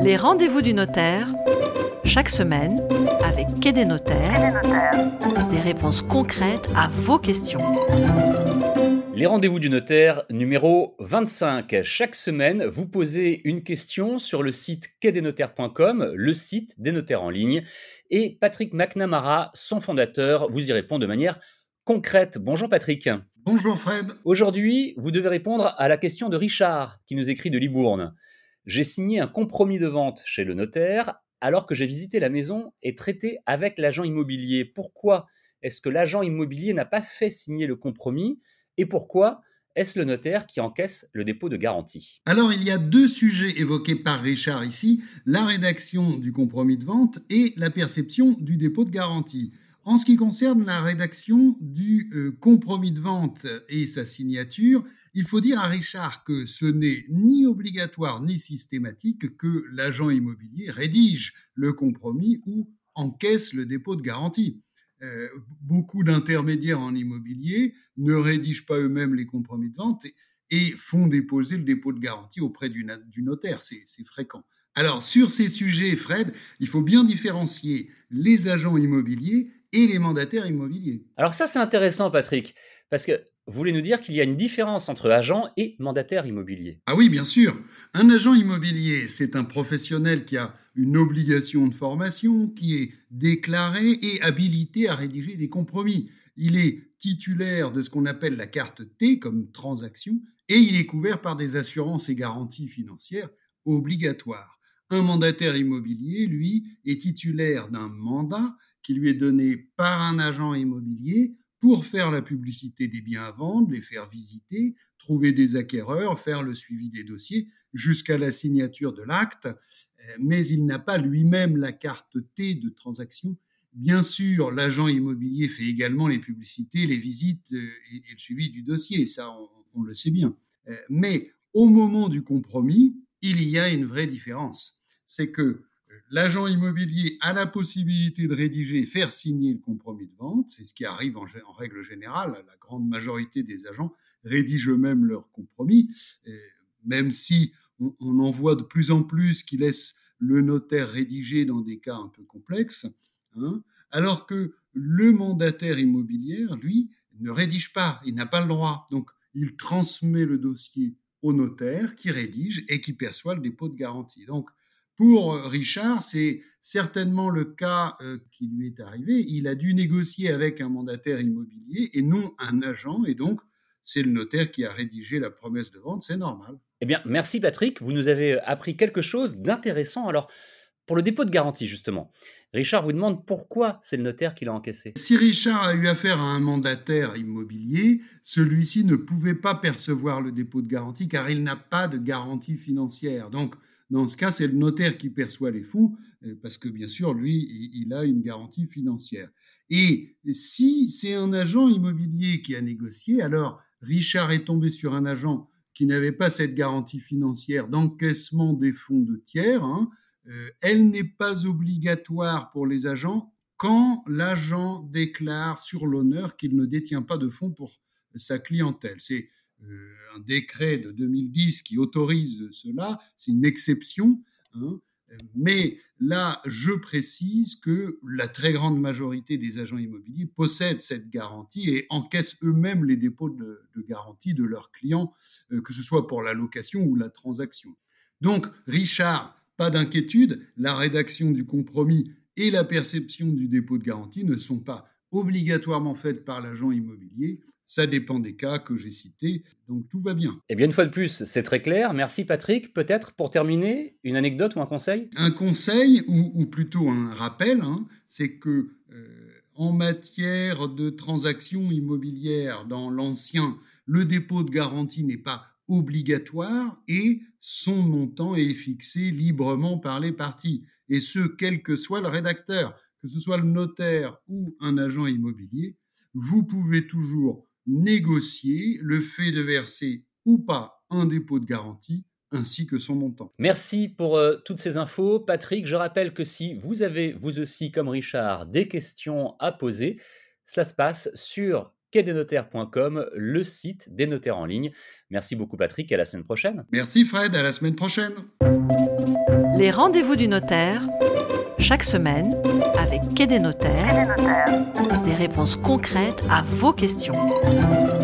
Les rendez-vous du notaire, chaque semaine, avec Quai des notaires, des réponses concrètes à vos questions. Les rendez-vous du notaire numéro 25. Chaque semaine, vous posez une question sur le site quaidesnotaires.com, le site des notaires en ligne. Et Patrick McNamara, son fondateur, vous y répond de manière concrète. Bonjour Patrick. Bonjour Fred. Aujourd'hui, vous devez répondre à la question de Richard, qui nous écrit de Libourne. J'ai signé un compromis de vente chez le notaire alors que j'ai visité la maison et traité avec l'agent immobilier. Pourquoi est-ce que l'agent immobilier n'a pas fait signer le compromis et pourquoi est-ce le notaire qui encaisse le dépôt de garantie ? Alors, il y a deux sujets évoqués par Richard ici, la rédaction du compromis de vente et la perception du dépôt de garantie. En ce qui concerne la rédaction du compromis de vente et sa signature, il faut dire à Richard que ce n'est ni obligatoire ni systématique que l'agent immobilier rédige le compromis ou encaisse le dépôt de garantie. Beaucoup d'intermédiaires en immobilier ne rédigent pas eux-mêmes les compromis de vente et font déposer le dépôt de garantie auprès du notaire. C'est fréquent. Alors, sur ces sujets, Fred, il faut bien différencier les agents immobiliers et les mandataires immobiliers. Alors ça, c'est intéressant, Patrick, parce que vous voulez nous dire qu'il y a une différence entre agent et mandataire immobilier. Ah oui, bien sûr. Un agent immobilier, c'est un professionnel qui a une obligation de formation, qui est déclaré et habilité à rédiger des compromis. Il est titulaire de ce qu'on appelle la carte T comme transaction et il est couvert par des assurances et garanties financières obligatoires. Un mandataire immobilier, lui, est titulaire d'un mandat qui lui est donné par un agent immobilier pour faire la publicité des biens à vendre, les faire visiter, trouver des acquéreurs, faire le suivi des dossiers jusqu'à la signature de l'acte, mais il n'a pas lui-même la carte T de transaction. Bien sûr, l'agent immobilier fait également les publicités, les visites et le suivi du dossier, ça on le sait bien. Mais au moment du compromis, il y a une vraie différence. C'est que l'agent immobilier a la possibilité de rédiger et faire signer le compromis de vente. C'est ce qui arrive en règle générale. La grande majorité des agents rédigent eux-mêmes leur compromis, même si on en voit de plus en plus qui laissent le notaire rédiger dans des cas un peu complexes. Alors que le mandataire immobilier, lui, ne rédige pas. Il n'a pas le droit. Donc, il transmet le dossier au notaire qui rédige et qui perçoit le dépôt de garantie. Donc, pour Richard, c'est certainement le cas qui lui est arrivé. Il a dû négocier avec un mandataire immobilier et non un agent, et donc c'est le notaire qui a rédigé la promesse de vente, c'est normal. Eh bien, merci Patrick, vous nous avez appris quelque chose d'intéressant. Alors, pour le dépôt de garantie, justement, Richard vous demande pourquoi c'est le notaire qui l'a encaissé. Si Richard a eu affaire à un mandataire immobilier, celui-ci ne pouvait pas percevoir le dépôt de garantie car il n'a pas de garantie financière. Donc, dans ce cas, c'est le notaire qui perçoit les fonds parce que, bien sûr, lui, il a une garantie financière. Et si c'est un agent immobilier qui a négocié, alors Richard est tombé sur un agent qui n'avait pas cette garantie financière d'encaissement des fonds de tiers. Elle n'est pas obligatoire pour les agents quand l'agent déclare sur l'honneur qu'il ne détient pas de fonds pour sa clientèle. C'est un décret de 2010 qui autorise cela, c'est une exception, mais là, je précise que la très grande majorité des agents immobiliers possèdent cette garantie et encaissent eux-mêmes les dépôts de garantie de leurs clients, que ce soit pour la location ou la transaction. Donc, Richard, pas d'inquiétude, la rédaction du compromis et la perception du dépôt de garantie ne sont pas obligatoirement faites par l'agent immobilier. Ça dépend des cas que j'ai cités, donc tout va bien. Eh bien, une fois de plus, c'est très clair. Merci Patrick. Peut-être, pour terminer, une anecdote ou un conseil ? Un conseil, ou plutôt un rappel, c'est que en matière de transactions immobilières dans l'ancien, le dépôt de garantie n'est pas obligatoire et son montant est fixé librement par les parties. Et ce, quel que soit le rédacteur, que ce soit le notaire ou un agent immobilier, vous pouvez toujours négocier le fait de verser ou pas un dépôt de garantie ainsi que son montant. Merci pour toutes ces infos. Patrick, je rappelle que si vous avez, vous aussi, comme Richard, des questions à poser, cela se passe sur quaidesnotaires.com, le site des notaires en ligne. Merci beaucoup Patrick et à la semaine prochaine. Merci Fred, à la semaine prochaine. Les rendez-vous du notaire, chaque semaine, avec Quai des notaires, des réponses concrètes à vos questions.